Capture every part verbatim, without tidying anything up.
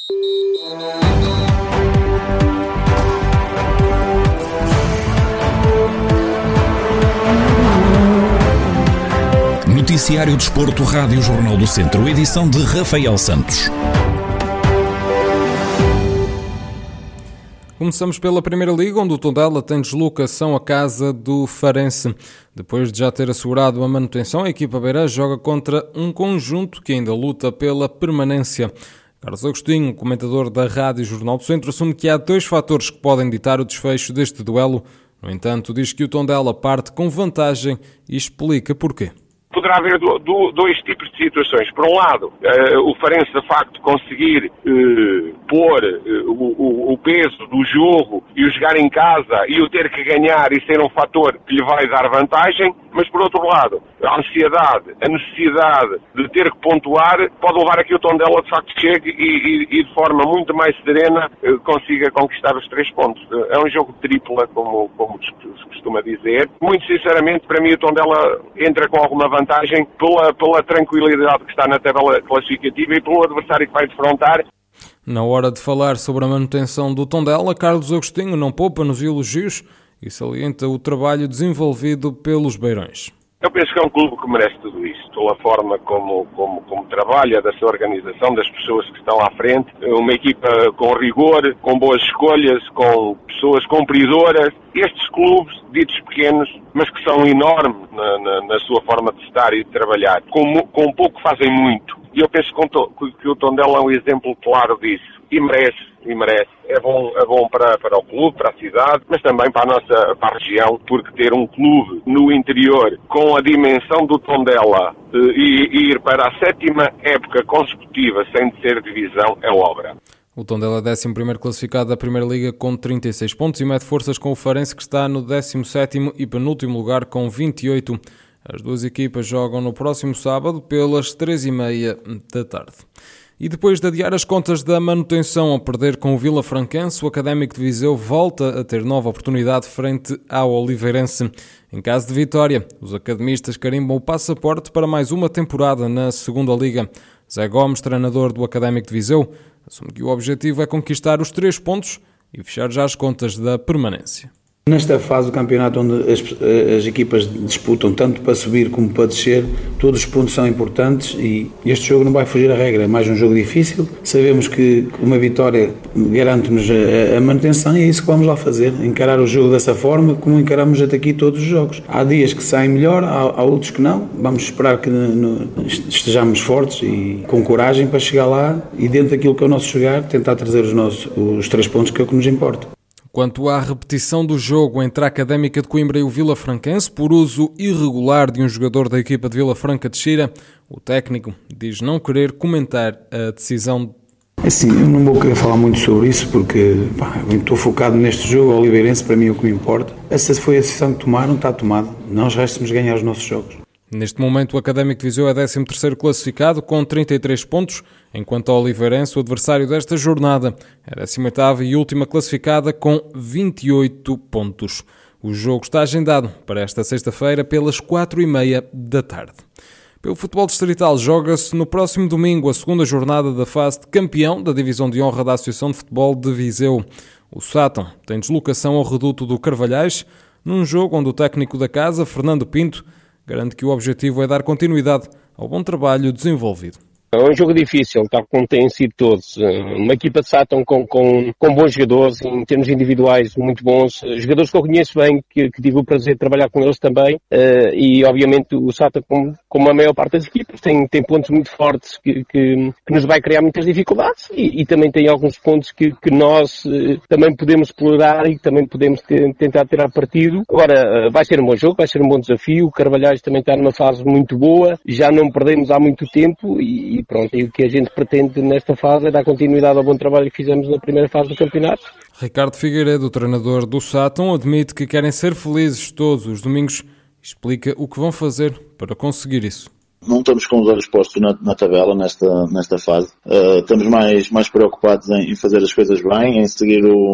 Noticiário Desporto, Rádio Jornal do Centro, edição de Rafael Santos. Começamos pela Primeira Liga, onde o Tondela tem deslocação à casa do Farense. Depois de já ter assegurado a manutenção, a equipa beirã joga contra um conjunto que ainda luta pela permanência. Carlos Agostinho, comentador da Rádio Jornal do Centro, assume que há dois fatores que podem ditar o desfecho deste duelo. No entanto, diz que o Tondela parte com vantagem e explica porquê. Poderá haver do, do, dois tipos de situações. Por um lado, uh, o Farense, de facto, conseguir uh, pôr uh, o, o peso do jogo e o jogar em casa e o ter que ganhar e ser um fator que lhe vai dar vantagem, mas, por outro lado, a ansiedade, a necessidade de ter que pontuar pode levar a que o Tondela, de facto, chegue e, e, e de forma muito mais serena uh, consiga conquistar os três pontos. Uh, é um jogo tripla, como, como se costuma dizer. Muito sinceramente, para mim, o Tondela entra com alguma vantagem vantagem pela, pela tranquilidade que está na tabela classificativa e pelo adversário que vai defrontar. Na hora de falar sobre a manutenção do Tondela, Carlos Agostinho não poupa nos elogios e salienta o trabalho desenvolvido pelos beirões. Eu penso que é um clube que merece tudo isso, pela forma como, como, como trabalha, da sua organização, das pessoas que estão à frente, uma equipa com rigor, com boas escolhas, com pessoas cumpridoras. Estes clubes, ditos pequenos, mas que são enormes na, na, na sua forma de estar e de trabalhar, com, com pouco fazem muito. E eu penso que, que o Tondela é um exemplo claro disso. E merece, e merece. É bom, é bom para, para o clube, para a cidade, mas também para a nossa para a região, porque ter um clube no interior com a dimensão do Tondela e, e ir para a sétima época consecutiva sem ser divisão é obra. O Tondela é décimo primeiro classificado da Primeira Liga com trinta e seis pontos e mete forças com o Farense, que está no décimo sétimo e penúltimo lugar com vinte e oito. As duas equipas jogam no próximo sábado pelas três e meia da tarde. E depois de adiar as contas da manutenção ao perder com o Vilafranquense, o Académico de Viseu volta a ter nova oportunidade frente ao Oliveirense. Em caso de vitória, os academistas carimbam o passaporte para mais uma temporada na Segunda Liga. Zé Gomes, treinador do Académico de Viseu, assume que o objetivo é conquistar os três pontos e fechar já as contas da permanência. Nesta fase do campeonato, onde as, as equipas disputam tanto para subir como para descer, todos os pontos são importantes e este jogo não vai fugir à regra. É mais um jogo difícil. Sabemos que uma vitória garante-nos a, a manutenção e é isso que vamos lá fazer. Encarar o jogo dessa forma, como encaramos até aqui todos os jogos. Há dias que saem melhor, há, há outros que não. Vamos esperar que no, estejamos fortes e com coragem para chegar lá e, dentro daquilo que é o nosso jogar, tentar trazer os, nossos, os três pontos que é o que nos importa. Quanto à repetição do jogo entre a Académica de Coimbra e o Vilafranquense, por uso irregular de um jogador da equipa de Vila Franca de Xira, o técnico diz não querer comentar a decisão. Assim, eu não vou querer falar muito sobre isso porque pá, eu estou focado neste jogo. O Oliveirense, para mim, é o que me importa. Essa foi a decisão que tomaram, está tomada. Nós resta-nos ganhar os nossos jogos. Neste momento, o Académico de Viseu é décimo terceiro classificado com trinta e três pontos, enquanto ao Oliveirense, o adversário desta jornada, é décima oitava e última classificada com vinte e oito pontos. O jogo está agendado para esta sexta-feira pelas quatro e meia da tarde. Pelo futebol distrital, joga-se no próximo domingo a segunda jornada da fase de campeão da Divisão de Honra da Associação de Futebol de Viseu. O Sátão tem deslocação ao reduto do Carvalhais, num jogo onde o técnico da casa, Fernando Pinto, garante que o objetivo é dar continuidade ao bom trabalho desenvolvido. É um jogo difícil, tal como têm sido todos. Uma equipa de Sátão com, com, com bons jogadores, em termos individuais muito bons, jogadores que eu conheço bem, que, que tive o prazer de trabalhar com eles também, uh, e obviamente o Sátão, como, como a maior parte das equipas, tem, tem pontos muito fortes que, que, que nos vai criar muitas dificuldades, e, e também tem alguns pontos que, que nós uh, também podemos explorar e também podemos ter, tentar tirar partido. Agora, uh, vai ser um bom jogo, vai ser um bom desafio. O Carvalhais também está numa fase muito boa, já não perdemos há muito tempo, e E pronto, e o que a gente pretende nesta fase é dar continuidade ao bom trabalho que fizemos na primeira fase do campeonato. Ricardo Figueiredo, treinador do Sátão, admite que querem ser felizes todos os domingos e explica o que vão fazer para conseguir isso. Não estamos com os olhos postos na, na tabela nesta, nesta fase. Uh, estamos mais, mais preocupados em, em fazer as coisas bem, em seguir o,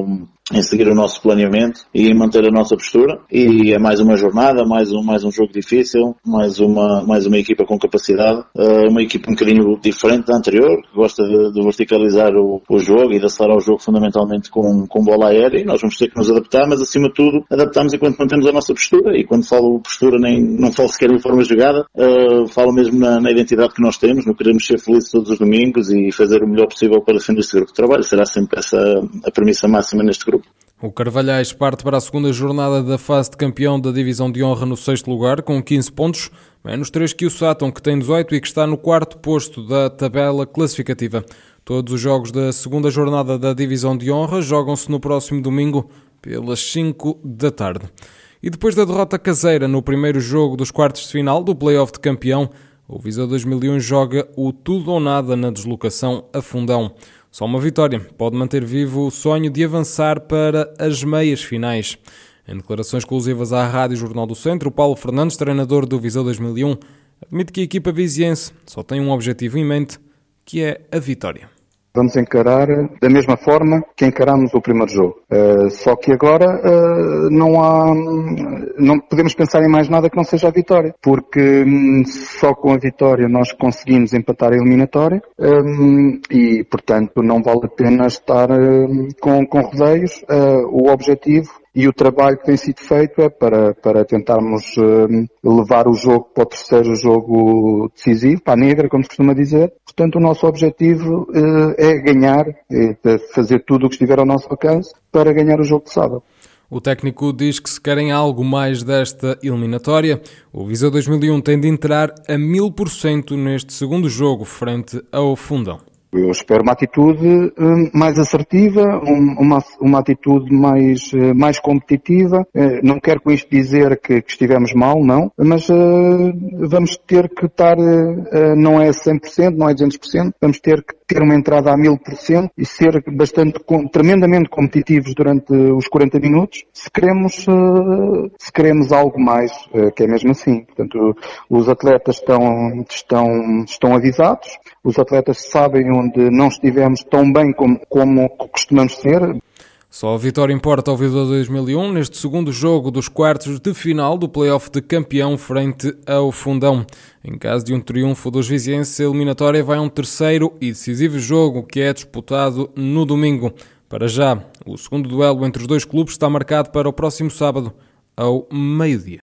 em seguir o nosso planeamento e em manter a nossa postura. E é mais uma jornada, mais um, mais um jogo difícil, mais uma, mais uma equipa com capacidade, uh, uma equipa um bocadinho diferente da anterior, que gosta de, de verticalizar o, o jogo e de acelerar o jogo fundamentalmente com, com bola aérea, e nós vamos ter que nos adaptar, mas acima de tudo adaptamos enquanto mantemos a nossa postura. E quando falo postura, nem, não falo sequer de forma jogada, uh, falo mesmo na, na identidade que nós temos, no queremos ser felizes todos os domingos e fazer o melhor possível para defender este grupo de trabalho. Será sempre essa a premissa máxima neste grupo. O Carvalhais parte para a segunda jornada da fase de campeão da Divisão de Honra no sexto lugar, com quinze pontos, menos três que o Sátão, que tem dezoito e que está no quarto posto da tabela classificativa. Todos os jogos da segunda jornada da Divisão de Honra jogam-se no próximo domingo, pelas cinco da tarde. E depois da derrota caseira no primeiro jogo dos quartos de final do play-off de campeão, o Viseu dois mil e um joga o tudo ou nada na deslocação a Fundão. Só uma vitória pode manter vivo o sonho de avançar para as meias finais. Em declarações exclusivas à Rádio Jornal do Centro, o Paulo Fernandes, treinador do Viseu dois mil e um, admite que a equipa viziense só tem um objetivo em mente, que é a vitória. Vamos encarar da mesma forma que encaramos o primeiro jogo. Uh, só que agora uh, não há, não podemos pensar em mais nada que não seja a vitória, porque um, só com a vitória nós conseguimos empatar a eliminatória um, e, portanto, não vale a pena estar um, com, com rodeios. Uh, o objetivo e o trabalho que tem sido feito é para, para tentarmos uh, levar o jogo para o terceiro jogo decisivo, para a negra, como se costuma dizer. Portanto, o nosso objetivo uh, é ganhar, é fazer tudo o que estiver ao nosso alcance para ganhar o jogo de sábado. O técnico diz que se querem algo mais desta eliminatória, o Viseu dois mil e um tem de entrar a mil por cento neste segundo jogo frente ao Fundão. Eu espero uma atitude um, mais assertiva, um, uma, uma atitude mais, uh, mais competitiva. Uh, não quero com isto dizer que, que estivemos mal, não, mas uh, vamos ter que estar, uh, não é cem por cento, não é duzentos por cento, vamos ter que ter uma entrada a mil por cento e ser bastante, com, tremendamente competitivos durante os quarenta minutos, se queremos, uh, se queremos algo mais, uh, que é mesmo assim. Portanto, os atletas estão, estão, estão avisados, os atletas sabem onde não estivemos tão bem como, como costumamos ser. Só a vitória importa ao Viseu dois mil e um neste segundo jogo dos quartos de final do play-off de campeão frente ao Fundão. Em caso de um triunfo dos vizienses, a eliminatória vai a um terceiro e decisivo jogo que é disputado no domingo. Para já, o segundo duelo entre os dois clubes está marcado para o próximo sábado, ao meio-dia.